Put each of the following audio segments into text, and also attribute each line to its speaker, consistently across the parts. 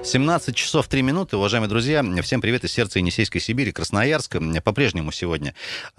Speaker 1: 17 часов 3 минуты, уважаемые друзья. Всем привет из сердца Енисейской Сибири, Красноярска. По-прежнему сегодня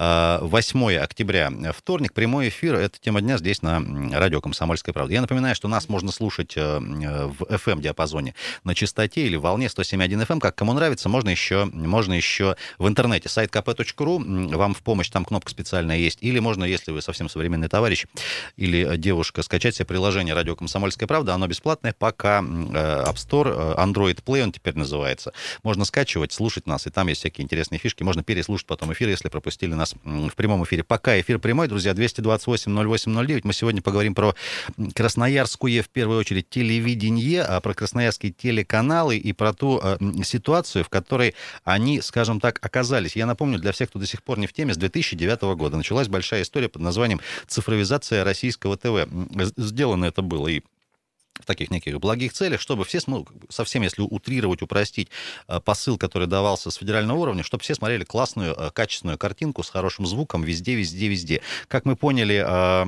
Speaker 1: 8 октября, вторник, прямой эфир. Это тема дня здесь на радио «Комсомольская правда». Я напоминаю, что нас можно слушать в FM-диапазоне на частоте или волне 107.1 FM, как кому нравится. Можно еще в интернете. Сайт kp.ru, вам в помощь, там кнопка специальная есть. Или можно, если вы совсем современный товарищ или девушка, скачать себе приложение «Радио Комсомольская правда». Оно бесплатное, пока App Store, Android Play он теперь называется. Можно скачивать, слушать нас, и там есть всякие интересные фишки. Можно переслушать потом эфир, если пропустили нас в прямом эфире. Пока эфир прямой, друзья, 228-08-09. Мы сегодня поговорим про красноярское, в первую очередь, телевидение, про красноярские телеканалы и про ту ситуацию, в которой они, скажем так, оказались. Я напомню, для всех, кто до сих пор не в теме, с 2009 года началась большая история под названием «Цифровизация российского ТВ». Сделано это было и в таких неких благих целях, чтобы все, совсем если утрировать, упростить посыл, который давался с федерального уровня, чтобы все смотрели классную, качественную картинку с хорошим звуком везде. Как мы поняли,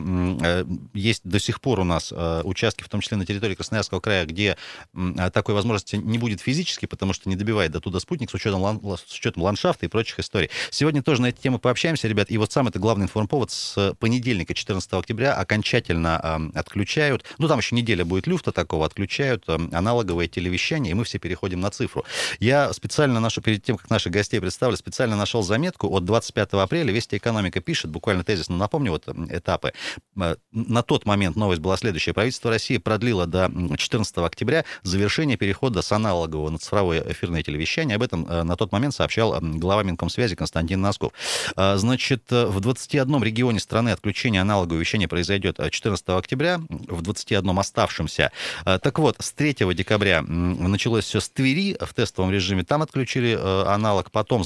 Speaker 1: есть до сих пор у нас участки, в том числе на территории Красноярского края, где такой возможности не будет физически, потому что не добивает до туда спутник с учетом ландшафта и прочих историй. Сегодня тоже на эти темы пообщаемся, ребят. И вот самый-то главный информповод: с понедельника, 14 октября, окончательно отключают, там еще неделя будет люфта такого, отключают аналоговое телевещание, и мы все переходим на цифру. Я специально перед тем, как наших гостей представлю, специально нашел заметку от 25 апреля. Вести экономика пишет, буквально тезисно напомню, этапы. На тот момент новость была следующая. Правительство России продлило до 14 октября завершение перехода с аналогового на цифровое эфирное телевещание. Об этом на тот момент сообщал глава Минкомсвязи Константин Носков. Значит, в 21 регионе страны отключение аналогового вещания произойдет 14 октября, в 21 оставшемся. Так вот, с 3 декабря началось все с Твери в тестовом режиме. Там отключили аналог. Потом,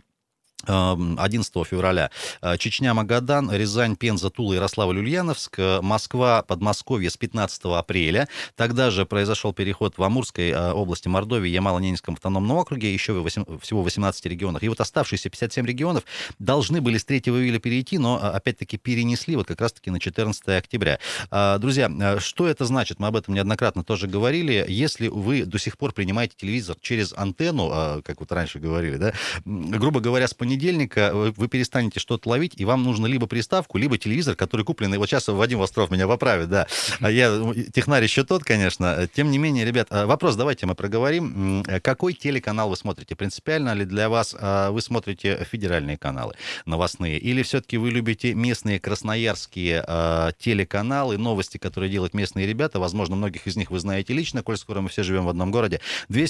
Speaker 1: 11 февраля Чечня, Магадан, Рязань, Пенза, Тула, Ярославль, Ульяновск, Москва, Подмосковье с 15 апреля. Тогда же произошел переход в Амурской области, Мордовии, Ямало-Ненецком автономном округе, еще всего в 18 регионах. И вот оставшиеся 57 регионов должны были с 3 июля перейти, но опять-таки перенесли вот как раз-таки на 14 октября. Друзья, что это значит? Мы об этом неоднократно тоже говорили. Если вы до сих пор принимаете телевизор через антенну, как вот раньше говорили, да, грубо говоря, с понедельника вы перестанете что-то ловить, и вам нужно либо приставку, либо телевизор, который купленный. Вот сейчас Вадим Востров меня поправит, да. Я технарь еще тот, конечно. Тем не менее, ребят, вопрос давайте мы проговорим. Какой телеканал вы смотрите? Принципиально ли для вас вы смотрите федеральные каналы новостные? Или все-таки вы любите местные красноярские телеканалы, новости, которые делают местные ребята? Возможно, многих из них вы знаете лично, коль скоро мы все живем в одном городе.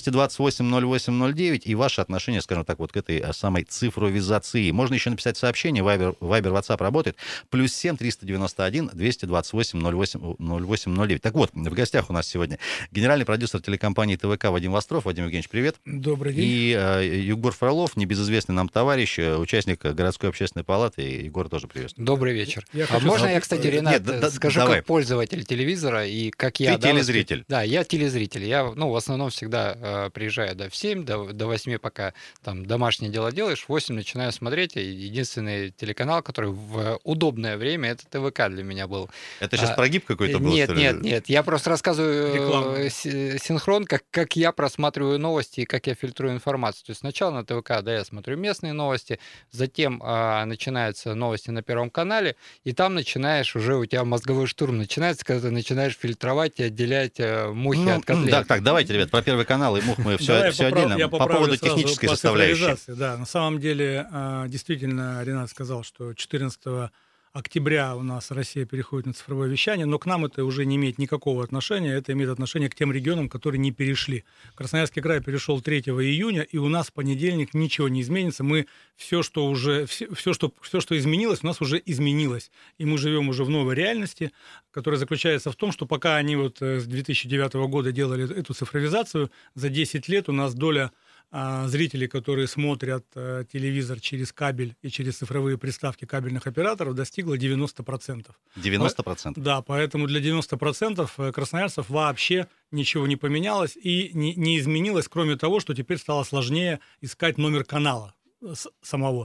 Speaker 1: 228-08-09 и ваше отношение, скажем так, вот к этой самой цифровизации. Можно еще написать сообщение, Вайбер, WhatsApp работает, +7 391 228 08 09. Так вот, в гостях у нас сегодня генеральный продюсер телекомпании ТВК Вадим Востров. Вадим Евгеньевич, привет.
Speaker 2: Добрый день.
Speaker 1: И Егор Фролов, небезызвестный нам товарищ, участник городской общественной палаты. Егор тоже приветствую.
Speaker 3: Добрый вечер. Можно я, кстати, Ренат, скажу,
Speaker 1: давай.
Speaker 3: Как пользователь телевизора и как я...
Speaker 1: Ты телезритель.
Speaker 3: Да, я телезритель. Я, в основном всегда приезжаю в 7, до 8, пока там домашнее дело делаешь, в 8 начинаю смотреть. И единственный телеканал, который в удобное время, это ТВК для меня был.
Speaker 1: Это сейчас прогиб какой-то был?
Speaker 3: Нет. Я просто рассказываю синхрон, как я просматриваю новости и как я фильтрую информацию. То есть сначала на ТВК, я смотрю местные новости, затем начинаются новости на Первом канале, и там начинаешь, уже у тебя мозговой штурм начинается, когда ты начинаешь фильтровать и отделять мухи от котлет.
Speaker 1: Так, давайте, ребят, про Первый канал и мух мы все отдельно. По поводу технической составляющей.
Speaker 2: Да, на самом деле, действительно, Ренат сказал, что 14 октября у нас Россия переходит на цифровое вещание, но к нам это уже не имеет никакого отношения, это имеет отношение к тем регионам, которые не перешли. Красноярский край перешел 3 июня, и у нас в понедельник ничего не изменится. Мы все, что изменилось, у нас уже изменилось. И мы живем уже в новой реальности, которая заключается в том, что пока они с 2009 года делали эту цифровизацию, за 10 лет у нас доля зрителей, которые смотрят телевизор через кабель и через цифровые приставки кабельных операторов, достигла 90%.
Speaker 1: 90%?
Speaker 2: Да, поэтому для 90% красноярцев вообще ничего не поменялось и не изменилось, кроме того, что теперь стало сложнее искать номер канала. самого.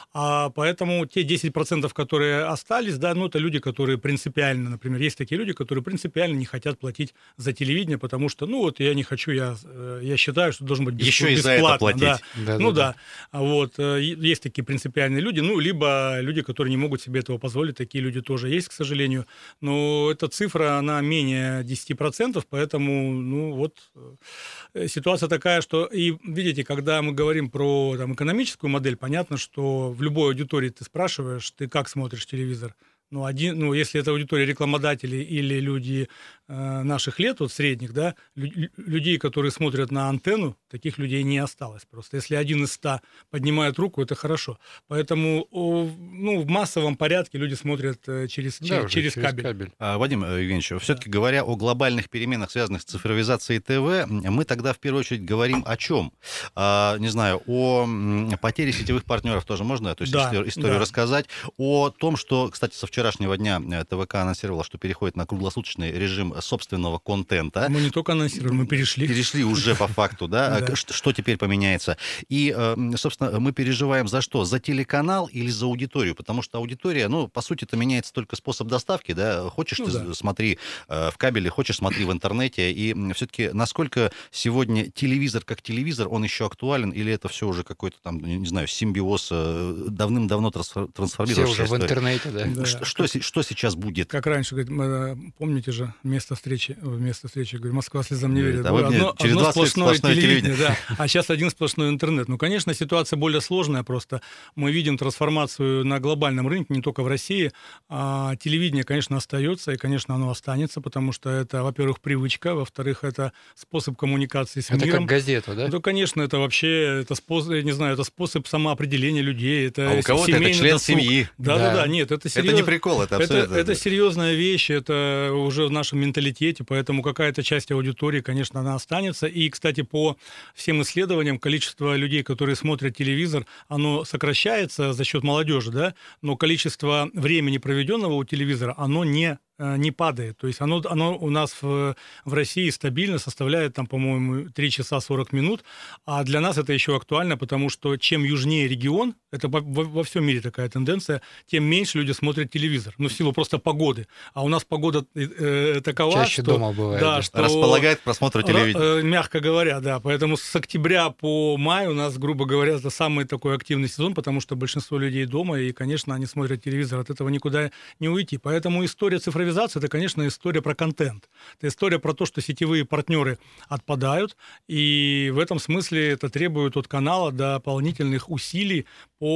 Speaker 2: Поэтому те 10%, которые остались, да, ну, это люди, которые принципиально, например, есть такие люди, которые принципиально не хотят платить за телевидение, потому что, ну, вот я не хочу, я считаю, что должен быть
Speaker 1: еще
Speaker 2: бесплатно.
Speaker 1: Еще и за это платить.
Speaker 2: Да. Ну да. Вот. Есть такие принципиальные люди, ну, либо люди, которые не могут себе этого позволить, такие люди тоже есть, к сожалению. Но эта цифра, она менее 10%, поэтому, ну, вот ситуация такая, что, и видите, когда мы говорим про там, экономическую модель, понятно, что в любой аудитории ты спрашиваешь, ты как смотришь телевизор? Ну, если это аудитория рекламодателей или люди наших лет, вот средних, да, людей, которые смотрят на антенну, таких людей не осталось просто. Если 1 из 100 поднимает руку, это хорошо. Поэтому, ну, в массовом порядке люди смотрят через кабель.
Speaker 1: Вадим Евгеньевич, все-таки говоря о глобальных переменах, связанных с цифровизацией ТВ, мы тогда в первую очередь говорим о чем? Не знаю, о потере сетевых партнеров тоже можно эту историю рассказать? О том, что, кстати, со вчерашнего дня ТВК анонсировала, что переходит на круглосуточный режим собственного контента.
Speaker 2: Мы не только анонсировали, мы перешли.
Speaker 1: Перешли уже по факту, да? Что теперь поменяется? И, собственно, мы переживаем за что? За телеканал или за аудиторию? Потому что аудитория, ну, по сути, это меняется только способ доставки, да? Хочешь ты смотри в кабеле, хочешь смотри в интернете. И все-таки насколько сегодня телевизор как телевизор, он еще актуален? Или это все уже какой-то там, не знаю, симбиоз давным-давно трансформировавшийся?
Speaker 3: Все уже в интернете, да?
Speaker 1: Что сейчас будет?
Speaker 2: Как раньше, говорит, помните же, место встречи, говорю, Москва слезам не верит.
Speaker 1: Через
Speaker 2: одно
Speaker 1: сплошное телевидение.
Speaker 2: Да. А сейчас один сплошной интернет. Ну, конечно, ситуация более сложная просто. Мы видим трансформацию на глобальном рынке, не только в России. А телевидение, конечно, остается, и, конечно, оно останется, потому что это, во-первых, привычка, во-вторых, это способ коммуникации с миром.
Speaker 3: Это как газета, да?
Speaker 2: Ну, конечно, это вообще, это способ, я не знаю, это способ самоопределения людей. Это
Speaker 1: у кого-то это член семьи.
Speaker 2: Да, нет, это серьезно.
Speaker 1: Это не прикол, это абсолютно.
Speaker 2: Это серьезная вещь, это уже в нашем менталитете, поэтому какая-то часть аудитории, конечно, она останется. И, кстати, по всем исследованиям, количество людей, которые смотрят телевизор, оно сокращается за счет молодежи, да, но количество времени, проведенного у телевизора, оно не падает. То есть оно у нас в России стабильно составляет, там, по-моему, 3 часа 40 минут, а для нас это еще актуально, потому что чем южнее регион, это во всем мире такая тенденция, тем меньше люди смотрят телевизор. Ну, в силу просто погоды. А у нас погода такова,
Speaker 3: чаще
Speaker 2: что...
Speaker 3: дома бывает.
Speaker 2: Да, что
Speaker 1: располагает к просмотру телевидения.
Speaker 2: Мягко говоря, да. Поэтому с октября по май у нас, грубо говоря, это самый такой активный сезон, потому что большинство людей дома, и, конечно, они смотрят телевизор, от этого никуда не уйти. Поэтому история цифровизации — это, конечно, история про контент. Это история про то, что сетевые партнеры отпадают, и в этом смысле это требует от канала дополнительных усилий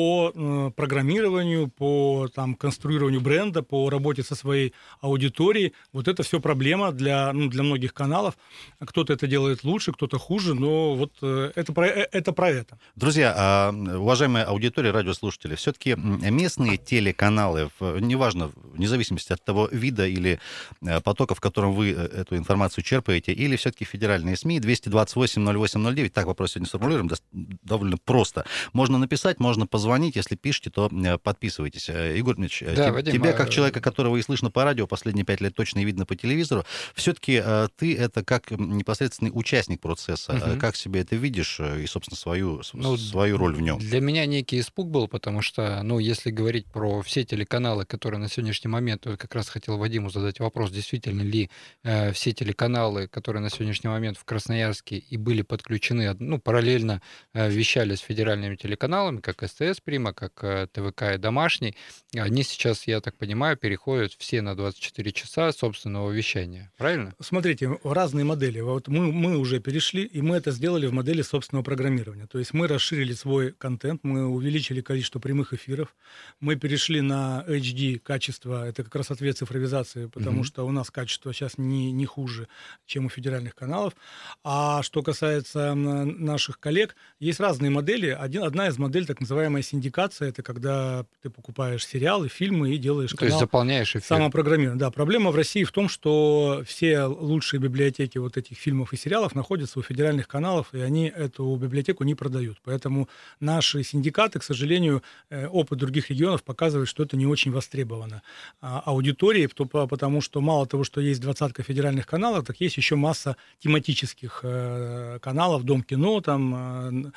Speaker 2: по программированию, по там, конструированию бренда, по работе со своей аудиторией. Вот это все проблема для многих каналов. Кто-то это делает лучше, кто-то хуже, но вот это про это.
Speaker 1: Друзья, уважаемая аудитория, радиослушатели, все-таки местные телеканалы, неважно, вне зависимости от того вида или потока, в котором вы эту информацию черпаете, или все-таки федеральные СМИ, 228-08-09, так вопрос сегодня сформулируем, довольно просто. Можно написать, можно позвонить, если пишете, то подписывайтесь. Егор Дмитриевич,
Speaker 3: Вадим,
Speaker 1: тебя, как человека, которого и слышно по радио, последние 5 лет точно и видно по телевизору, все-таки ты это как непосредственный участник процесса, как себе это видишь и, собственно, свою роль в нем?
Speaker 3: Для меня некий испуг был, потому что, если говорить про все телеканалы, которые на сегодняшний момент, я как раз хотел Вадиму задать вопрос, действительно ли все телеканалы, которые на сегодняшний момент в Красноярске и были подключены, параллельно вещали с федеральными телеканалами, как СТС Прима, как ТВК и Домашний, они сейчас, я так понимаю, переходят все на 24 часа собственного вещания. Правильно?
Speaker 2: Смотрите, разные модели. Вот мы уже перешли, и мы это сделали в модели собственного программирования. То есть мы расширили свой контент, мы увеличили количество прямых эфиров, мы перешли на HD качество, это как раз ответ цифровизации, потому что у нас качество сейчас не хуже, чем у федеральных каналов. А что касается наших коллег, есть разные модели. Одна из моделей, так называемая синдикация, это когда ты покупаешь сериалы, фильмы и делаешь канал.
Speaker 3: То есть заполняешь эфир.
Speaker 2: Самопрограммирование. Да, проблема в России в том, что все лучшие библиотеки вот этих фильмов и сериалов находятся у федеральных каналов, и они эту библиотеку не продают. Поэтому наши синдикаты, к сожалению, опыт других регионов показывает, что это не очень востребовано аудиторией, потому что мало того, что есть 20 федеральных каналов, так есть еще масса тематических каналов, Дом кино, там,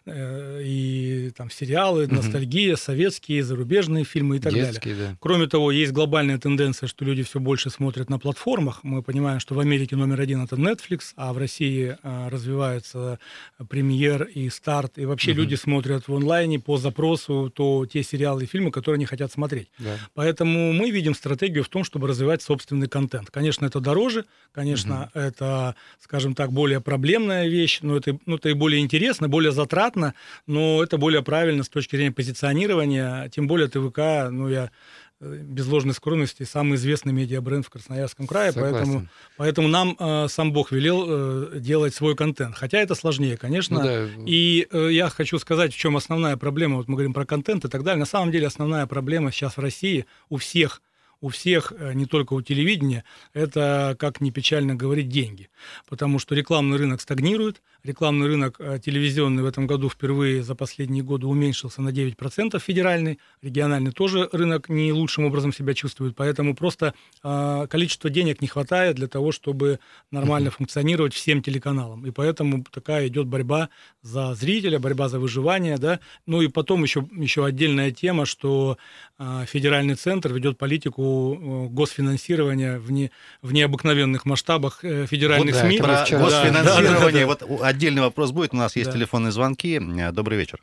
Speaker 2: и там сериалы, ностальгия, советские, зарубежные фильмы и так
Speaker 3: детские,
Speaker 2: далее.
Speaker 3: Да.
Speaker 2: Кроме того, есть глобальная тенденция, что люди все больше смотрят на платформах. Мы понимаем, что в Америке номер один это Netflix, а в России развивается Премьер и Старт. И вообще люди смотрят в онлайне по запросу те сериалы и фильмы, которые они хотят смотреть. Да. Поэтому мы видим стратегию в том, чтобы развивать собственный контент. Конечно, это дороже, конечно, это, скажем так, более проблемная вещь, но это и более интересно, более затратно, но это более правильно с точки зрения позиционирования. Тем более ТВК, я без ложной скромности, самый известный медиабренд в Красноярском крае, поэтому нам сам Бог велел делать свой контент. Хотя это сложнее, конечно. И я хочу сказать, в чем основная проблема. Вот мы говорим про контент и так далее. На самом деле основная проблема сейчас в России у всех, не только у телевидения, это, как ни печально говорить, деньги. Потому что рекламный рынок стагнирует, рекламный рынок телевизионный в этом году впервые за последние годы уменьшился на 9%, федеральный, региональный тоже рынок не лучшим образом себя чувствует, поэтому просто количества денег не хватает для того, чтобы нормально функционировать всем телеканалам. И поэтому такая идет борьба за зрителя, борьба за выживание. Да? Ну и потом еще отдельная тема, что федеральный центр ведет политику госфинансирования в необыкновенных масштабах федеральных СМИ.
Speaker 1: Про госфинансирование. Вот отдельный вопрос будет. У нас есть телефонные звонки. Добрый вечер.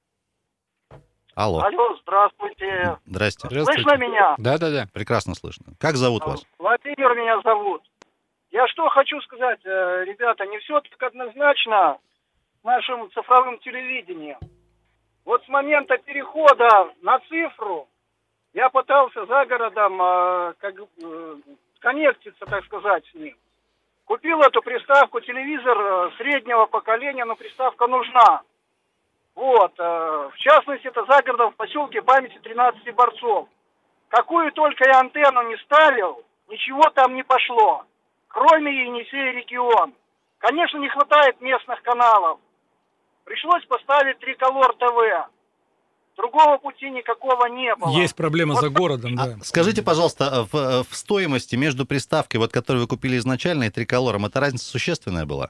Speaker 1: Алло,
Speaker 4: здравствуйте.
Speaker 1: Здрасте.
Speaker 4: Слышно меня?
Speaker 3: Да.
Speaker 1: Прекрасно слышно. Как зовут вас?
Speaker 4: Владимир меня зовут. Я что хочу сказать, ребята, не все так однозначно с нашим цифровым телевидением. Вот с момента перехода на цифру я пытался за городом коннектиться, так сказать, с ним. Купил эту приставку, телевизор среднего поколения, но приставка нужна. Вот, в частности, это за городом в поселке памяти 13 борцов. Какую только я антенну не ставил, ничего там не пошло. Кроме Енисей регион. Конечно, не хватает местных каналов. Пришлось поставить Триколор ТВ. Другого пути никакого не было.
Speaker 2: Есть проблема за городом, да.
Speaker 1: Скажите, пожалуйста, в стоимости между приставкой, которую вы купили изначально, и Триколором, эта разница существенная была?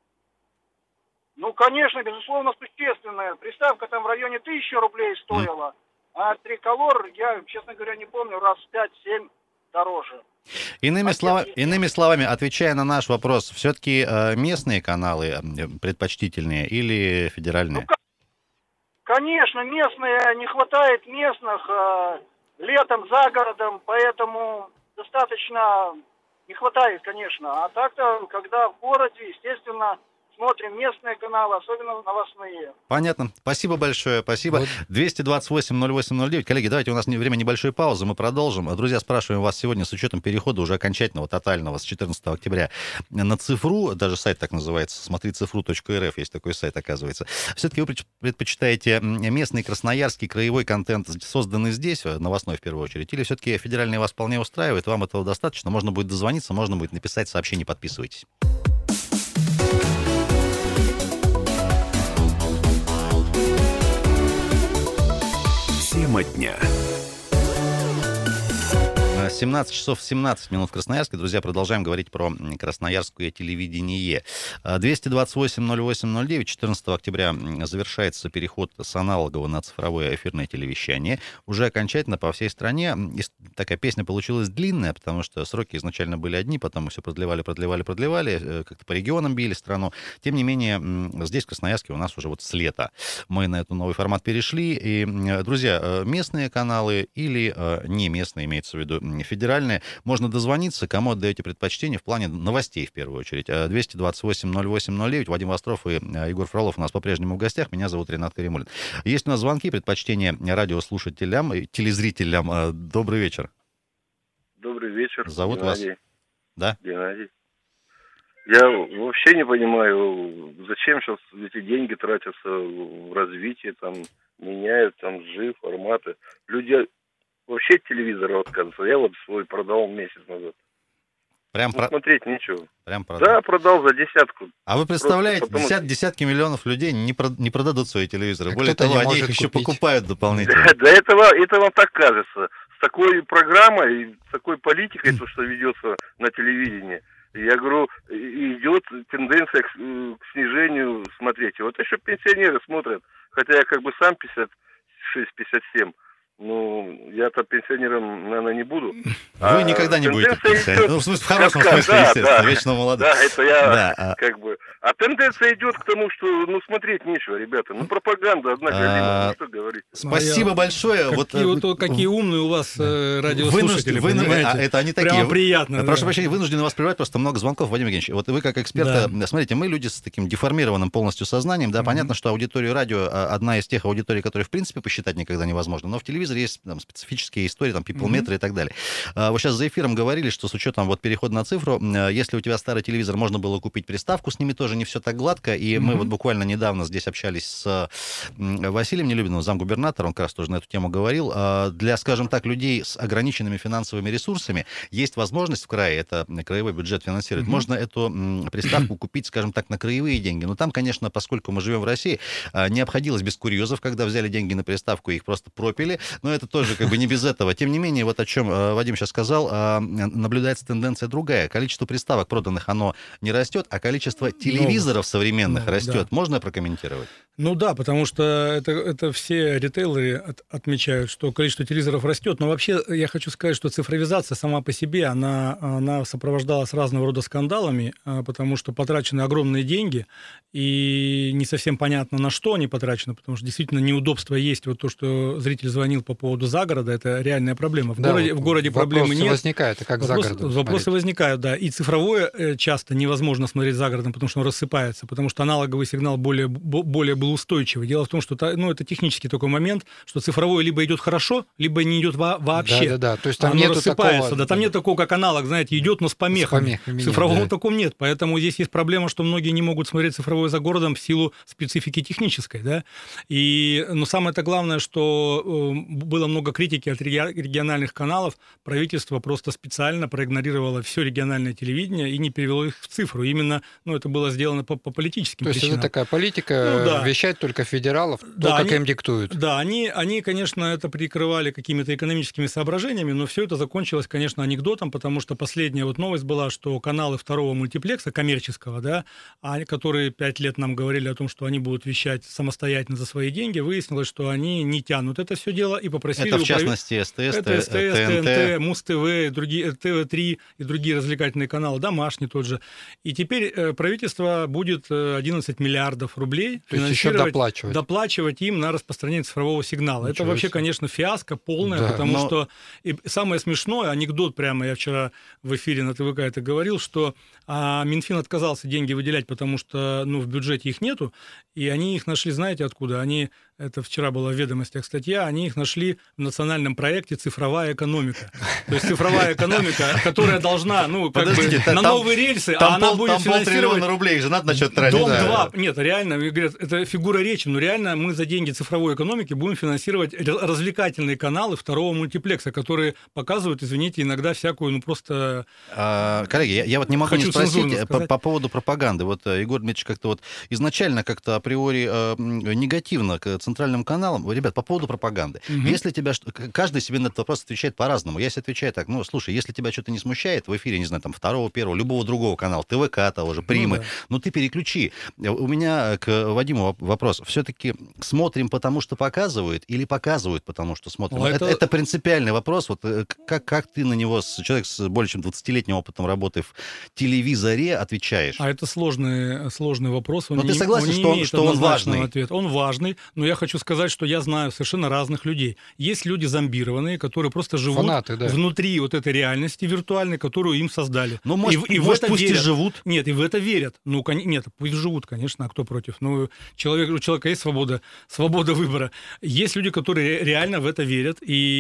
Speaker 4: Ну, конечно, безусловно, существенная. Приставка там в районе 1000 рублей стоила, а Триколор, я, честно говоря, не помню, раз в 5-7 дороже.
Speaker 1: Иными словами, отвечая на наш вопрос, все-таки местные каналы предпочтительнее или федеральные?
Speaker 4: Ну, конечно, местные, не хватает местных летом за городом, поэтому достаточно не хватает, конечно. А так-то, когда в городе, естественно, смотрим местные каналы, особенно новостные.
Speaker 1: Понятно. Спасибо большое. Спасибо. 228-08-09. Коллеги, давайте, у нас время небольшой паузы, мы продолжим. Друзья, спрашиваем вас сегодня с учетом перехода уже окончательного, тотального, с 14 октября на цифру, даже сайт так называется, смотрицифру.рф, есть такой сайт, оказывается. Все-таки вы предпочитаете местный красноярский краевой контент, созданный здесь, новостной в первую очередь, или все-таки федеральный вас вполне устраивает, вам этого достаточно, можно будет дозвониться, можно будет написать сообщение, подписывайтесь.
Speaker 5: Тема дня.
Speaker 1: 17 часов 17 минут в Красноярске. Друзья, продолжаем говорить про красноярское телевидение. 228-08-09. 14 октября завершается переход с аналогового на цифровое эфирное телевещание. Уже окончательно по всей стране. Такая песня получилась длинная, потому что сроки изначально были одни, потом мы все продлевали, как-то по регионам били страну. Тем не менее, здесь, в Красноярске, у нас уже с лета мы на этот новый формат перешли. И, друзья, местные каналы или не местные, имеется в виду федеральные, можно дозвониться, кому отдаете предпочтение в плане новостей, в первую очередь. 228-08-09. Вадим Востров и Егор Фролов у нас по-прежнему в гостях. Меня зовут Ренат Каримуллин. Есть у нас звонки, предпочтения радиослушателям и телезрителям. Добрый вечер.
Speaker 6: Добрый вечер.
Speaker 1: Зовут
Speaker 6: Геннадий.
Speaker 1: вас? Да?
Speaker 6: Геннадий. Я вообще не понимаю, зачем сейчас эти деньги тратятся в развитие, меняют жи, форматы. Люди вообще от телевизора отказываются. Я свой продал месяц назад. Смотреть нечего.
Speaker 1: Прям продал?
Speaker 6: Да, продал за 10.
Speaker 1: А вы представляете, десятки миллионов людей не продадут свои телевизоры. Более того, они их еще покупают дополнительно.
Speaker 6: Да, это вам так кажется. такой программой, с такой политикой, то, что ведется на телевидении, я говорю, идет тенденция к снижению, смотрите. Вот еще пенсионеры смотрят, хотя я как бы сам 56-57, ну, я-то пенсионером, наверное, не буду.
Speaker 1: Вы никогда не будете пенсионером. Ну, в смысле, в хорошем смысле, естественно, вечно молодым.
Speaker 6: Да, это я как бы... А тенденция идет к тому, что, ну, смотреть нечего, ребята. Ну, пропаганда одна галима, ну, что говорить.
Speaker 1: Спасибо большое.
Speaker 2: Какие умные у вас радиослушатели, понимаете?
Speaker 1: Это они такие.
Speaker 2: Прямо приятно.
Speaker 1: Прошу прощения, вынуждены вас прервать, просто много звонков, Вадим Евгеньевич. Вот вы как эксперты, смотрите, мы люди с таким деформированным полностью сознанием, да, понятно, что аудитория радио одна из тех аудиторий, которые, в принципе, посчитать никогда невозможно, но в телевизоре есть там специфические истории, там, people-метры и так далее. Вот сейчас за эфиром говорили, что с учетом вот перехода на цифру, если у тебя старый телевизор, можно было купить приставку, с ними тоже не все так гладко, и мы вот буквально недавно здесь общались с Василием Нелюбиным, замгубернатора, он как раз тоже на эту тему говорил. Для, скажем так, людей с ограниченными финансовыми ресурсами есть возможность в крае, это краевой бюджет финансирует, можно эту приставку купить, скажем так, на краевые деньги. Но там, конечно, поскольку мы живем в России, не обходилось без курьезов, когда взяли деньги на приставку и их просто пропили, но это тоже как бы не без этого. Тем не менее, вот о чем Вадим сейчас сказал, наблюдается тенденция другая. Количество приставок проданных, оно не растет, а количество телевизоров современных растет. Да. Можно прокомментировать?
Speaker 2: Ну да, потому что это все ритейлеры отмечают, что количество телевизоров растет. Но вообще я хочу сказать, что цифровизация сама по себе, она сопровождалась разного рода скандалами, потому что потрачены огромные деньги, и не совсем понятно, на что они потрачены, потому что действительно неудобство есть. Вот то, что зритель звонил по поводу загорода, это реальная проблема. В городе проблемы нет.
Speaker 3: Возникают, а как за городом
Speaker 2: вопросы возникают, да. И цифровое часто невозможно смотреть за городом, потому что он рассыпается, потому что аналоговый сигнал более был устойчивый. Дело в том, что это технический такой момент, что цифровое либо идет хорошо, либо не идет вообще.
Speaker 3: Да. То есть там нет
Speaker 2: рассыпается.
Speaker 3: Такого...
Speaker 2: Там нет такого, как аналог, знаете, идет, но с помехами. Цифрового такого нет. Поэтому здесь есть проблема, что многие не могут смотреть цифровое за городом в силу специфики технической. Да? Но самое-то главное, что было много критики от региональных каналов. Правительство просто специально проигнорировало все региональное телевидение и не перевело их в цифру. Именно это было сделано по политическим причинам.
Speaker 3: То есть это такая политика, вещать только федералов, как им диктуют.
Speaker 2: Да, они, конечно, это прикрывали какими-то экономическими соображениями, но все это закончилось, конечно, анекдотом, потому что последняя новость была, что каналы второго мультиплекса, коммерческого, да, которые 5 лет нам говорили о том, что они будут вещать самостоятельно за свои деньги, выяснилось, что они не тянут это все дело и попросили...
Speaker 1: Это, в частности, СТС,
Speaker 2: ТНТ, Муз-ТВ, ТВ-3 и другие развлекательные каналы, домашний тот же. И теперь правительство будет 11 миллиардов рублей доплачивать им на распространение цифрового сигнала. Это вообще, конечно, фиаско полное, потому что... И самое смешное, анекдот прямо, я вчера в эфире на ТВК это говорил, что Минфин отказался деньги выделять, потому что в бюджете их нету, и они их нашли, знаете, откуда? Это вчера была в «Ведомостях» статья, они их нашли в национальном проекте «Цифровая экономика». То есть цифровая экономика, которая должна, на новые рельсы, а она будет финансировать...
Speaker 1: Там 500 000 рублей же надо начать тратить.
Speaker 2: Дом-2. Нет, реально, говорят, это фигура речи, но реально мы за деньги цифровой экономики будем финансировать развлекательные каналы второго мультиплекса, которые показывают, извините, иногда всякую, просто...
Speaker 1: Коллеги, я вот не могу не спросить по поводу пропаганды. Вот Егор Дмитриевич как-то изначально как-то априори негативно к центральным каналам. Ребят, по поводу пропаганды. Если тебя... Каждый себе на этот вопрос отвечает по-разному. Я отвечаю так, слушай, если тебя что-то не смущает в эфире, не знаю, там, второго, первого, любого другого канала, ТВК того же, Примы, ты переключи. У меня к Вадиму вопрос. Все-таки смотрим потому, что показывают, или показывают потому, что смотрим? Это принципиальный вопрос. Вот как ты на него, человек с более чем 20-летним опытом работы в телевизоре, отвечаешь?
Speaker 2: Это сложный вопрос.
Speaker 1: Но ты согласен, что он важный?
Speaker 2: Ответ. Он важный, но я хочу сказать, что я знаю совершенно разных людей. Есть люди зомбированные, которые просто живут внутри вот этой реальности виртуальной, которую им создали.
Speaker 1: Ну, может, пусть и живут?
Speaker 2: Нет, и в это верят. Нет, пусть живут, конечно, а кто против? У человека есть свобода выбора. Есть люди, которые реально в это верят.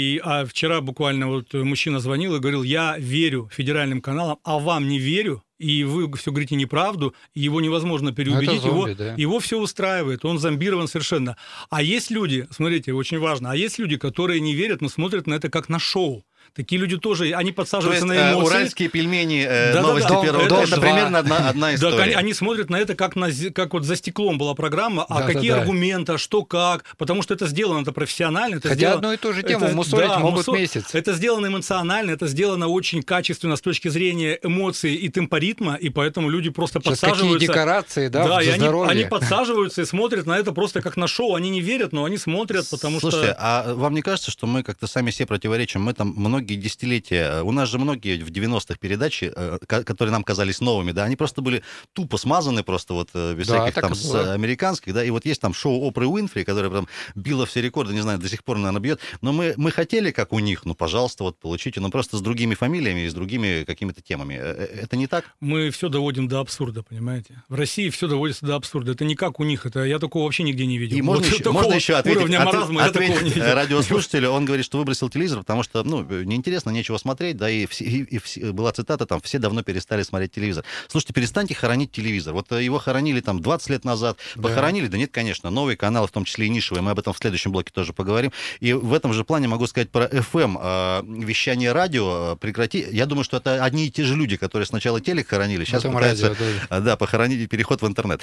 Speaker 2: А вчера буквально мужчина звонил и говорил: я верю федеральным каналам, а вам не верю. И вы все говорите неправду, и его невозможно переубедить, его все устраивает, он зомбирован совершенно. А есть люди, смотрите, очень важно, есть люди, которые не верят, но смотрят на это как на шоу. Такие люди тоже, они подсаживаются на эмоции.
Speaker 1: Уральские пельмени, новости первого. Это примерно одна история.
Speaker 2: Да, они смотрят на это, как вот за стеклом была программа, какие аргументы, что как, потому что это сделано, это профессионально.
Speaker 3: Хотя одну и ту же тему мусолить могут месяц.
Speaker 2: Это сделано эмоционально, это сделано очень качественно с точки зрения эмоций и темпоритма, и поэтому люди просто подсаживаются.
Speaker 3: Какие декорации,
Speaker 2: и они подсаживаются и смотрят на это просто как на шоу. Они не верят, но они смотрят, потому что...
Speaker 1: Слушайте, а вам не кажется, что мы как-то сами себе противоречим? Мы там многие десятилетия... У нас же многие в 90-х передачи, которые нам казались новыми, да, они просто были тупо смазаны просто вот без всяких там американских, да, и вот есть там шоу Опры Уинфри, которое прям било все рекорды, не знаю, до сих пор, наверное, бьет, но мы хотели, как у них, ну, пожалуйста, вот получите, но просто с другими фамилиями и с другими какими-то темами. Это не так?
Speaker 2: Мы все доводим до абсурда, понимаете? В России все доводится до абсурда. Это не как у них, это я такого вообще нигде не видел.
Speaker 1: И можно еще ответить радиослушателю, он говорит, что выбросил телевизор, потому что, ну, неинтересно, нечего смотреть, да, и была цитата там, все давно перестали смотреть телевизор. Слушайте, перестаньте хоронить телевизор. Вот его хоронили там 20 лет назад, похоронили, да нет, конечно, новые каналы, в том числе и нишевые, мы об этом в следующем блоке тоже поговорим. И в этом же плане могу сказать про FM, вещание радио прекрати. Я думаю, что это одни и те же люди, которые сначала телек хоронили, сейчас пытаются похоронить переход в интернет.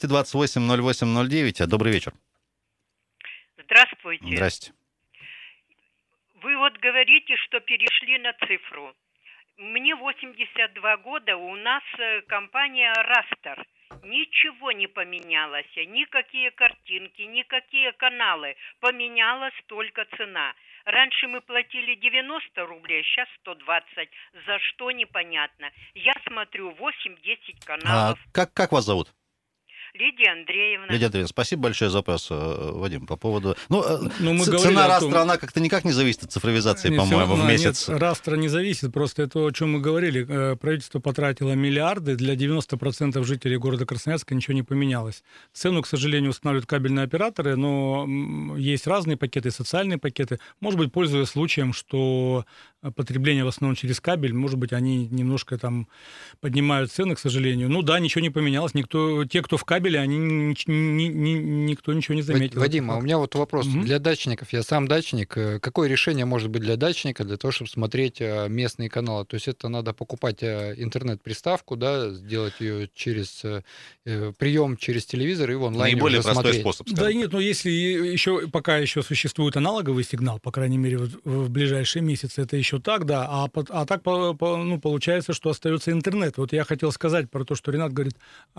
Speaker 1: 228-08-09, добрый вечер.
Speaker 7: Здравствуйте.
Speaker 1: Здрасте.
Speaker 7: Вы вот говорите, что перешли на цифру. Мне 82 года, у нас компания «Растер». Ничего не поменялось, никакие картинки, никакие каналы. Поменялась только цена. Раньше мы платили 90 рублей, сейчас 120. За что, непонятно. Я смотрю 8-10 каналов.
Speaker 1: Как вас зовут?
Speaker 7: Лидия Андреевна.
Speaker 1: Лидия Андреевна, спасибо большое за вопрос, Вадим, по поводу... цена Растра, она как-то никак не зависит от цифровизации, по-моему, в месяц.
Speaker 2: Нет, Растра не зависит, просто это о чем мы говорили. Правительство потратило миллиарды, для 90% жителей города Красноярска ничего не поменялось. Цену, к сожалению, устанавливают кабельные операторы, но есть разные пакеты, социальные пакеты. Может быть, пользуясь случаем, что потребление в основном через кабель, может быть, они немножко там поднимают цены, к сожалению. Ну да, ничего не поменялось. Те, кто в кабеле, никто ничего не заметил.
Speaker 3: Вадим, а у меня вот вопрос для дачников. Я сам дачник. Какое решение может быть для дачника для того, чтобы смотреть местные каналы? То есть это надо покупать интернет-приставку, да, сделать ее через прием через телевизор и в онлайне
Speaker 1: наиболее простой
Speaker 3: смотреть.
Speaker 1: Способ.
Speaker 2: Да нет, но если пока еще существует аналоговый сигнал, по крайней мере, в ближайшие месяцы, это еще так, да. А так получается, что остается интернет. Вот я хотел сказать про то, что Ренат говорит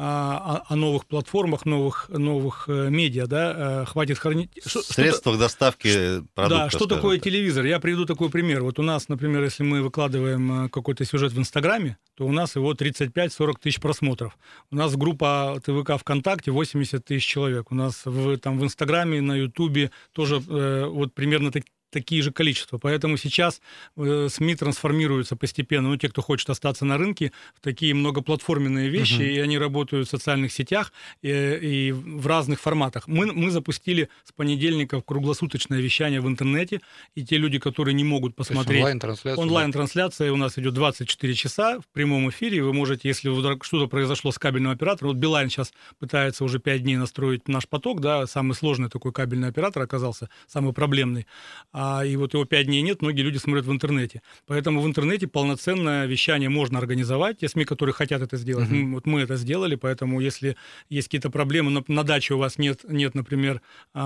Speaker 2: о новых платформах, новых медиа, да, хватит хранить...
Speaker 1: Средствах доставки продуктов.
Speaker 2: Да, что такое телевизор? Я приведу такой пример. Вот у нас, например, если мы выкладываем какой-то сюжет в Инстаграме, то у нас его 35-40 тысяч просмотров. У нас группа ТВК ВКонтакте 80 тысяч человек. У нас в Инстаграме, на Ютубе тоже вот примерно такие же количества. Поэтому сейчас СМИ трансформируются постепенно, те, кто хочет остаться на рынке, в такие многоплатформенные вещи, и они работают в социальных сетях и в разных форматах. Мы запустили с понедельника круглосуточное вещание в интернете, и те люди, которые не могут посмотреть... Онлайн-трансляция у нас идет 24 часа в прямом эфире. Вы можете, если что-то произошло с кабельным оператором, вот Билайн сейчас пытается уже 5 дней настроить наш поток, да, самый сложный такой кабельный оператор оказался, самый проблемный. И вот его 5 дней нет, многие люди смотрят в интернете. Поэтому в интернете полноценное вещание можно организовать. Те СМИ, которые хотят это сделать, вот мы это сделали, поэтому если есть какие-то проблемы, на даче у вас нет, например,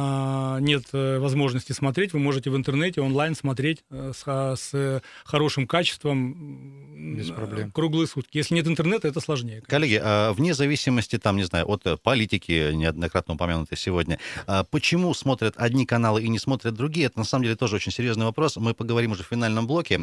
Speaker 2: нет возможности смотреть, вы можете в интернете онлайн смотреть с хорошим качеством.
Speaker 3: Без проблем.
Speaker 2: Круглые сутки. Если нет интернета, это сложнее.
Speaker 1: Коллеги, вне зависимости, там, не знаю, от политики, неоднократно упомянутой сегодня, почему смотрят одни каналы и не смотрят другие, это на самом деле тоже очень серьезный вопрос. Мы поговорим уже в финальном блоке.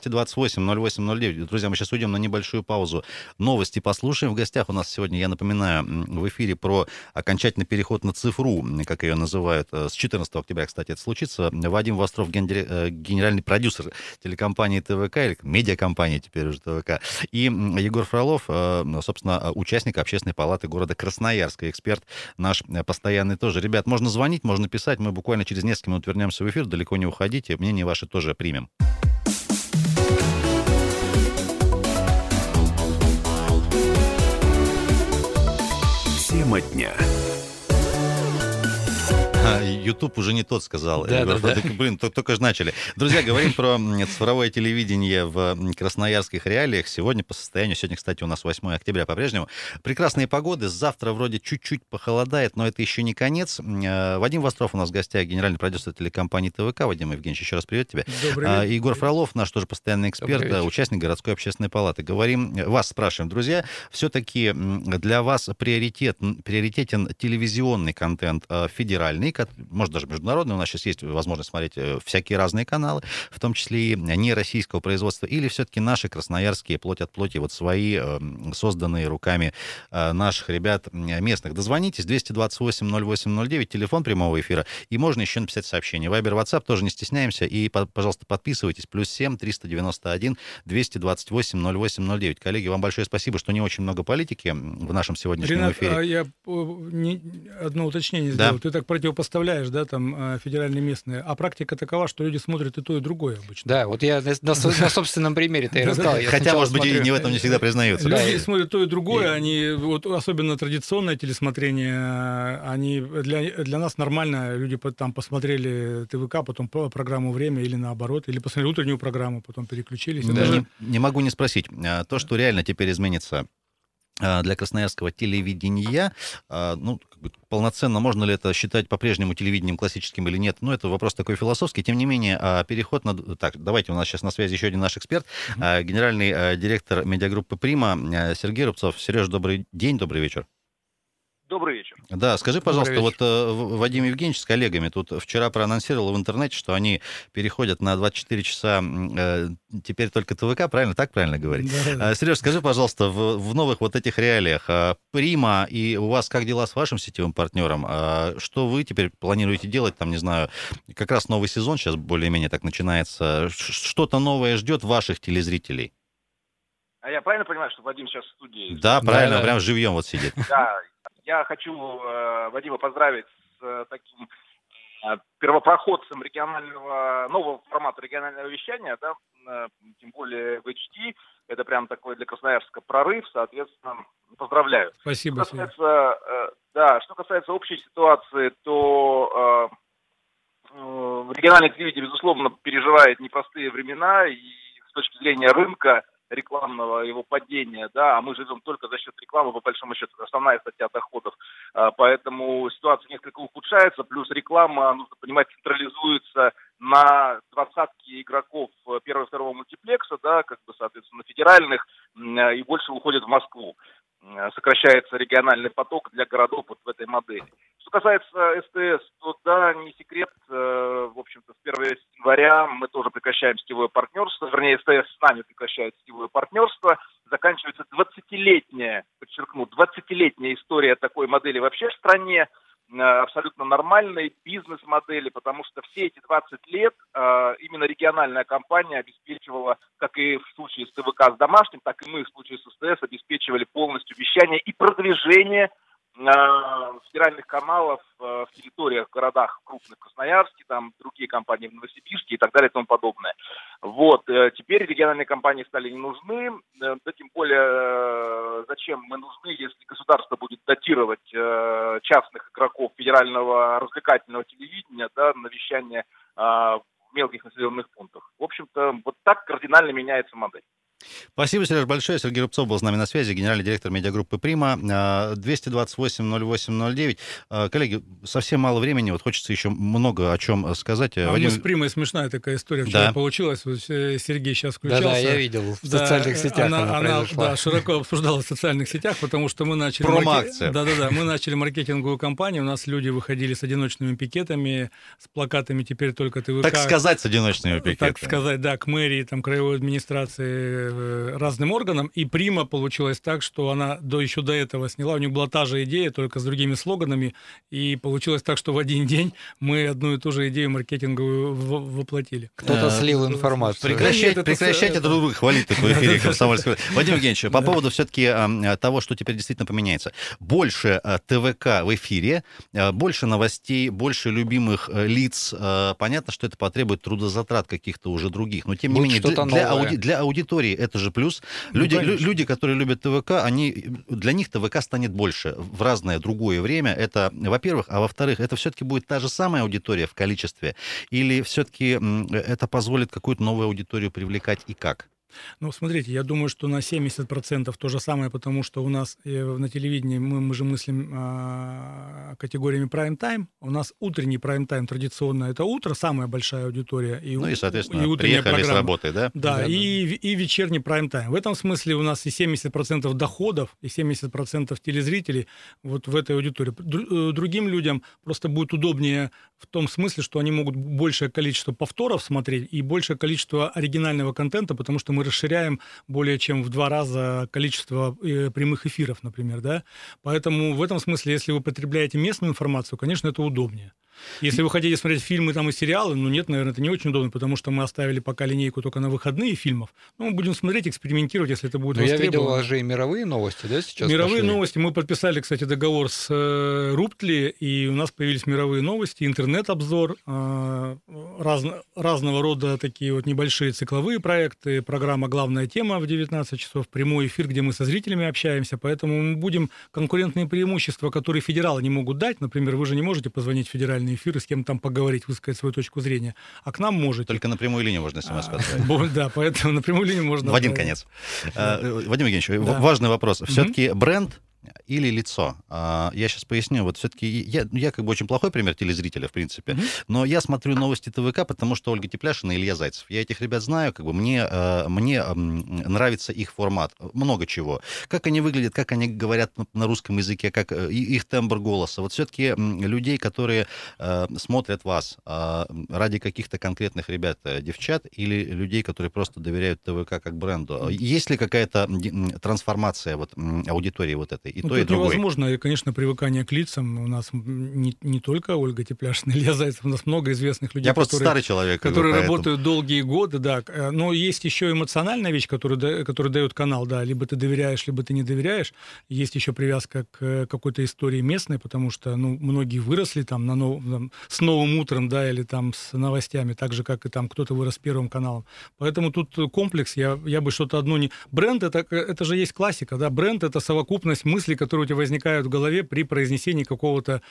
Speaker 1: 228-08-09. Друзья, мы сейчас уйдем на небольшую паузу. Новости послушаем. В гостях у нас сегодня, я напоминаю, в эфире про окончательный переход на цифру, как ее называют. С 14 октября, кстати, это случится. Вадим Востров, генеральный продюсер телекомпании ТВК, или медиакомпании теперь уже ТВК. И Егор Фролов, собственно, участник Общественной палаты города Красноярска, эксперт наш постоянный тоже. Ребят, можно звонить, можно писать. Мы буквально через несколько минут вернемся в эфир. Далеко не уходите, мнение ваше тоже примем.
Speaker 5: Тема дня.
Speaker 1: YouTube уже не тот сказал.
Speaker 3: Да.
Speaker 1: Блин, только же начали. Друзья, говорим про цифровое телевидение в красноярских реалиях. Сегодня, кстати, у нас 8 октября по-прежнему. Прекрасные погоды. Завтра вроде чуть-чуть похолодает, но это еще не конец. Вадим Востров у нас в гостях, генеральный продюсер телекомпании ТВК. Вадим Евгеньевич, еще раз привет тебе.
Speaker 2: Добрый вечер.
Speaker 1: Егор Фролов, наш тоже постоянный эксперт, участник городской общественной палаты. Вас спрашиваем, друзья, все-таки для вас приоритетен телевизионный контент федеральный, может, даже международный, у нас сейчас есть возможность смотреть всякие разные каналы, в том числе и не российского производства, или все-таки наши красноярские, плоть от плоти, вот свои, созданные руками наших ребят местных. Дозвонитесь, 228-08-09, телефон прямого эфира, и можно еще написать сообщение. Вайбер, WhatsApp, тоже не стесняемся, и, пожалуйста, подписывайтесь, +7 391 228 08 09. Коллеги, вам большое спасибо, что не очень много политики в нашем сегодняшнем
Speaker 2: Ренат,
Speaker 1: эфире.
Speaker 2: я одно уточнение сделал. Ты так противопоставляешь, да, там, федеральные, местные, а практика такова, что люди смотрят и то, и другое обычно.
Speaker 3: Да, вот я на собственном примере-то и рассказал.
Speaker 1: Хотя, может быть, и не в этом не всегда признаются.
Speaker 2: Люди смотрят то и другое, они, вот особенно традиционное телесмотрение, они для нас нормально, люди там посмотрели ТВК, потом программу «Время» или наоборот, или посмотрели утреннюю программу, потом переключились.
Speaker 1: Да, не могу не спросить. То, что реально теперь изменится для красноярского телевидения, полноценно, можно ли это считать по-прежнему телевидением классическим или нет, это вопрос такой философский. Тем не менее, переход на... Так, давайте, у нас сейчас на связи еще один наш эксперт, генеральный директор медиагруппы «Прима» Сергей Рубцов. Сереж, добрый день, добрый вечер.
Speaker 4: Добрый вечер.
Speaker 1: Да, скажи, пожалуйста, вот Вадим Евгеньевич с коллегами тут вчера проанонсировал в интернете, что они переходят на 24 часа теперь только ТВК, правильно? Так правильно говорить? Да. Сереж, скажи, пожалуйста, в новых вот этих реалиях Прима, и у вас как дела с вашим сетевым партнером? Что вы теперь планируете делать? Там, не знаю, как раз новый сезон сейчас более-менее так начинается. Что-то новое ждет ваших телезрителей?
Speaker 8: А я правильно понимаю, что Вадим сейчас в студии?
Speaker 1: Да, правильно, да. Прям живьем вот сидит.
Speaker 8: Да. Я хочу Вадима поздравить с таким первопроходцем нового формата регионального вещания, да, тем более в HD. Это прям такой для Красноярска прорыв, соответственно, поздравляю.
Speaker 2: Спасибо.
Speaker 8: Что касается общей ситуации, то региональное телевидение, безусловно, переживает непростые времена, и с точки зрения рынка, рекламного его падения, да, а мы живем только за счет рекламы, по большому счету, основная статья доходов, поэтому ситуация несколько ухудшается, плюс реклама, нужно понимать, централизуется на двадцатки игроков первого и второго мультиплекса, да, соответственно, федеральных, и больше уходит в Москву. Сокращается региональный поток для городов вот в этой модели. Что касается СТС, то да, не секрет, в общем-то, с 1 января мы тоже прекращаем сетевое партнерство, вернее, СТС с нами прекращает сетевое партнерство, заканчивается 20-летняя, подчеркну, 20-летняя история такой модели вообще в стране, абсолютно нормальной бизнес-модели, потому что все эти 20 лет именно региональная компания обеспечивала, как и в случае с ТВК с домашним, так и мы в случае с СТС обеспечивали полностью вещание и продвижение федеральных каналов в территориях, в городах крупных, Красноярске, там другие компании в Новосибирске и так далее и тому подобное. Вот, теперь региональные компании стали не нужны, да тем более зачем мы нужны, если государство будет датировать частных игроков федерального развлекательного телевидения, да, на вещание в мелких населенных пунктах. В общем-то, вот так кардинально меняется модель.
Speaker 1: Спасибо, Сереж, большое. Сергей Рубцов был с нами на связи, генеральный директор медиагруппы «Прима». 228-08-09. Коллеги, совсем мало времени, вот хочется еще много о чем сказать.
Speaker 2: Мы с «Примой» смешная такая история вчера получилась. Вот Сергей сейчас включался.
Speaker 3: Да, я видел в социальных сетях она произошла.
Speaker 2: Да, широко обсуждалась в социальных сетях, потому что мы начали...
Speaker 1: Промо-акция.
Speaker 2: Мы начали маркетинговую кампанию, у нас люди выходили с одиночными пикетами, с плакатами «Теперь только ТВК».
Speaker 1: Так сказать, с одиночными пикетами.
Speaker 2: Так сказать, да, к мэрии, там, краевой администрации, разным органам, и «Прима» получилось так, что она еще до этого сняла, у нее была та же идея, только с другими слоганами, и получилось так, что в один день мы одну и ту же идею маркетинговую воплотили.
Speaker 3: Кто-то слил информацию.
Speaker 1: Прекращайте друг друга хвалить такой эфире комсомольской. Вадим Евгеньевич, по поводу все-таки того, что теперь действительно поменяется. Больше ТВК в эфире, больше новостей, больше любимых лиц. Понятно, что это потребует трудозатрат каких-то уже других, но тем не менее для аудитории это же плюс. Люди, которые любят ТВК, для них ТВК станет больше в разное другое время. Это, во-первых, а во-вторых, это все-таки будет та же самая аудитория в количестве, или все-таки это позволит какую-то новую аудиторию привлекать и как?
Speaker 2: Ну, смотрите, я думаю, что на 70% то же самое, потому что у нас на телевидении мы же мыслим категориями прайм-тайм. У нас утренний прайм-тайм традиционно это утро, самая большая аудитория.
Speaker 1: И соответственно, приехали с работы, да?
Speaker 2: Да, и вечерний прайм-тайм. В этом смысле у нас и 70% доходов, и 70% телезрителей вот в этой аудитории. Другим людям просто будет удобнее в том смысле, что они могут большее количество повторов смотреть и большее количество оригинального контента, потому что мы расширяем более чем в 2 раза количество прямых эфиров, например, да. Поэтому в этом смысле, если вы потребляете местную информацию, конечно, это удобнее. Если вы хотите смотреть фильмы там и сериалы, нет, наверное, это не очень удобно, потому что мы оставили пока линейку только на выходные фильмов. Мы будем смотреть, экспериментировать, если это будет востребовано.
Speaker 3: Я видел, у вас же и мировые новости, да, сейчас
Speaker 2: Мировые новости. Мы подписали, кстати, договор с Руптли, и у нас появились мировые новости, интернет-обзор, разного рода такие вот небольшие цикловые проекты, программа «Главная тема» в 19 часов, прямой эфир, где мы со зрителями общаемся, поэтому мы будем конкурентные преимущества, которые федералы не могут дать. Например, вы же не можете позвонить в федеральный эфир и с кем-то там поговорить, высказать свою точку зрения, а к нам можете.
Speaker 1: Только на прямую линию можно смс отправить.
Speaker 2: Да, поэтому на прямую линию можно.
Speaker 1: В один конец. Вадим Евгеньевич, важный вопрос. Все-таки бренд или лицо? Я сейчас поясню. Вот все-таки я как бы очень плохой пример телезрителя, в принципе, но я смотрю новости ТВК, потому что Ольга Тепляшина и Илья Зайцев. Я этих ребят знаю, как бы мне нравится их формат, много чего. Как они выглядят, как они говорят на русском языке, как их тембр голоса. Вот все-таки людей, которые смотрят вас ради каких-то конкретных ребят, девчат, или людей, которые просто доверяют ТВК как бренду. Есть ли какая-то трансформация вот аудитории вот этой? И то, и другой.
Speaker 2: Невозможно, и, конечно, привыкание к лицам. У нас не только Ольга Тепляшина, Илья Зайцев, у нас много известных людей,
Speaker 1: я просто старый человек,
Speaker 2: которые работают долгие годы, да. Но есть еще эмоциональная вещь, которую дает канал, да. Либо ты доверяешь, либо ты не доверяешь. Есть еще привязка к какой-то истории местной, потому что многие выросли там, с «Новым утром», да, или там с новостями, так же, как и там кто-то вырос с Первым каналом. Поэтому тут комплекс, я бы что-то одно не... Бренд — это же есть классика, да. Бренд — это совокупность мыслей, которые у тебя возникают в голове при произнесении какого-то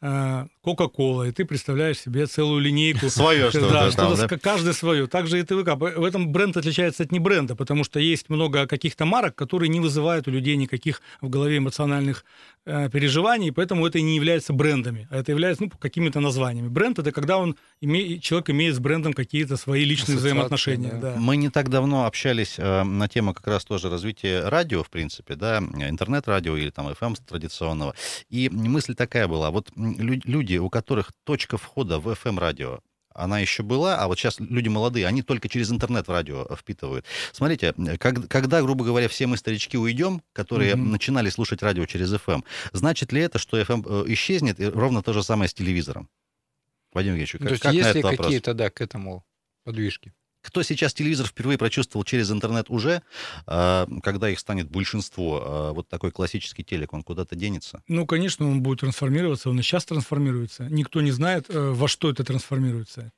Speaker 2: Кока-Колы, и ты представляешь себе целую линейку.
Speaker 1: Свое что-то.
Speaker 2: Каждый свое. Также и ТВК. В этом бренд отличается от не бренда, потому что есть много каких-то марок, которые не вызывают у людей никаких в голове эмоциональных переживаний, поэтому это и не является брендами, а это является какими-то названиями. Бренд — это когда человек имеет с брендом какие-то свои личные взаимоотношения. Да.
Speaker 1: Мы не так давно общались на тему как раз тоже развития радио, в принципе, да, интернет-радио или там FM традиционного. И мысль такая была. Вот люди, у которых точка входа в FM-радио, она еще была, а вот сейчас люди молодые, они только через интернет в радио впитывают. Смотрите, когда, грубо говоря, все мы, старички, уйдем, которые начинали слушать радио через FM, значит ли это, что FM исчезнет, и ровно то же самое с телевизором? Вадим Евгеньевич, как на этот вопрос?
Speaker 3: Есть ли какие-то, да, к этому подвижки?
Speaker 1: Кто сейчас телевизор впервые прочувствовал через интернет уже, когда их станет большинство, вот такой классический телек, он куда-то денется?
Speaker 2: Конечно, он будет трансформироваться, он и сейчас трансформируется. Никто не знает, во что это трансформируется.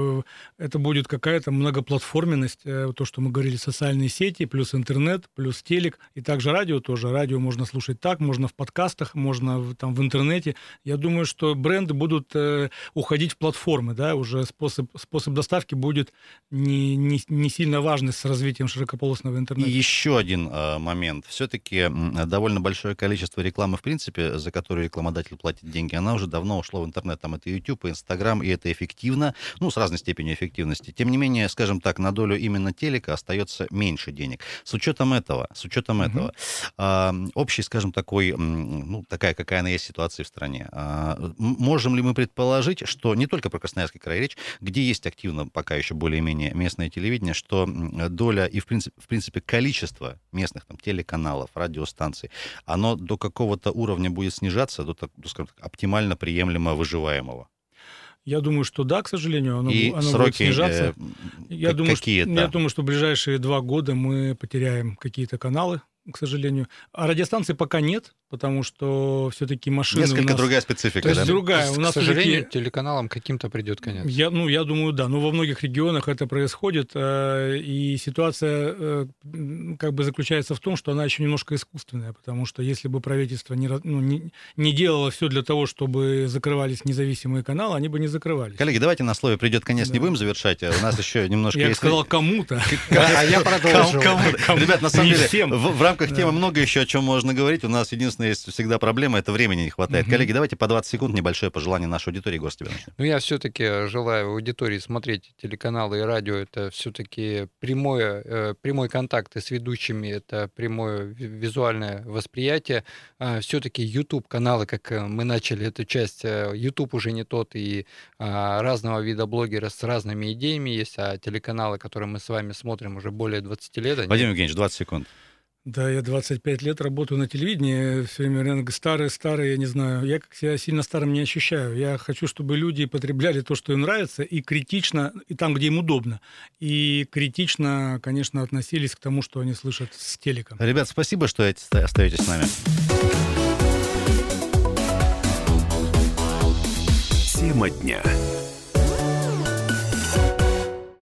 Speaker 2: Это будет какая-то многоплатформенность, то, что мы говорили, социальные сети, плюс интернет, плюс телек, и также радио тоже. Радио можно слушать так, можно в подкастах, можно там в интернете. Я думаю, что бренды будут уходить в платформы, да, уже способ доставки будет не сильно важный с развитием широкополосного интернета.
Speaker 1: И еще один момент. Все-таки довольно большое количество рекламы, в принципе, за которую рекламодатель платит деньги, она уже давно ушла в интернет. Там это YouTube, и Instagram, и это эффективно. С разной степенью эффективности. Тем не менее, скажем так, на долю именно телека остается меньше денег. С учетом этого, общий, скажем, такая, какая она есть ситуация в стране, можем ли мы предположить, что не только про Красноярский край речь, где есть активно пока еще более-менее местное телевидение, что доля и, в принципе, количество местных там телеканалов, радиостанций, оно до какого-то уровня будет снижаться, до скажем так, оптимально приемлемо выживаемого?
Speaker 2: Я думаю, что да, к сожалению, оно
Speaker 1: сроки
Speaker 2: будет снижаться. Я думаю,
Speaker 1: какие-то?
Speaker 2: Я думаю, что в ближайшие 2 года мы потеряем какие-то каналы, к сожалению. А радиостанций пока нет, потому что все-таки машины
Speaker 1: Несколько
Speaker 2: у нас...
Speaker 1: другая специфика,
Speaker 2: То есть
Speaker 1: да?
Speaker 2: другая. У нас,
Speaker 3: к сожалению, телеканалам каким-то придет конец.
Speaker 2: Я думаю, да. Но во многих регионах это происходит, и ситуация как бы заключается в том, что она еще немножко искусственная, потому что если бы правительство не делало все для того, чтобы закрывались независимые каналы, они бы не закрывались.
Speaker 1: Коллеги, давайте на слове «придет конец» не будем завершать. У нас еще немножко...
Speaker 2: Я сказал кому-то.
Speaker 3: А я продолжу.
Speaker 1: Ребят, на самом деле, в рамках темы много еще о чем можно говорить. У нас единственная есть всегда проблема, это времени не хватает. Коллеги, давайте по 20 секунд небольшое пожелание нашей аудитории. Егор Степанович.
Speaker 3: Я все-таки желаю аудитории смотреть телеканалы и радио. Это все-таки прямой контакт с ведущими, это прямое визуальное восприятие. Все-таки YouTube-каналы, как мы начали эту часть, YouTube уже не тот, и разного вида блогеры с разными идеями есть, а телеканалы, которые мы с вами смотрим уже более 20 лет...
Speaker 1: Вадим Евгеньевич, 20 секунд.
Speaker 2: Да, я 25 лет работаю на телевидении, все время старый, я не знаю, я как себя сильно старым не ощущаю. Я хочу, чтобы люди потребляли то, что им нравится, и критично, и там, где им удобно, и критично, конечно, относились к тому, что они слышат с телеком.
Speaker 1: Ребят, спасибо, что остаетесь с нами.
Speaker 5: Тема дня.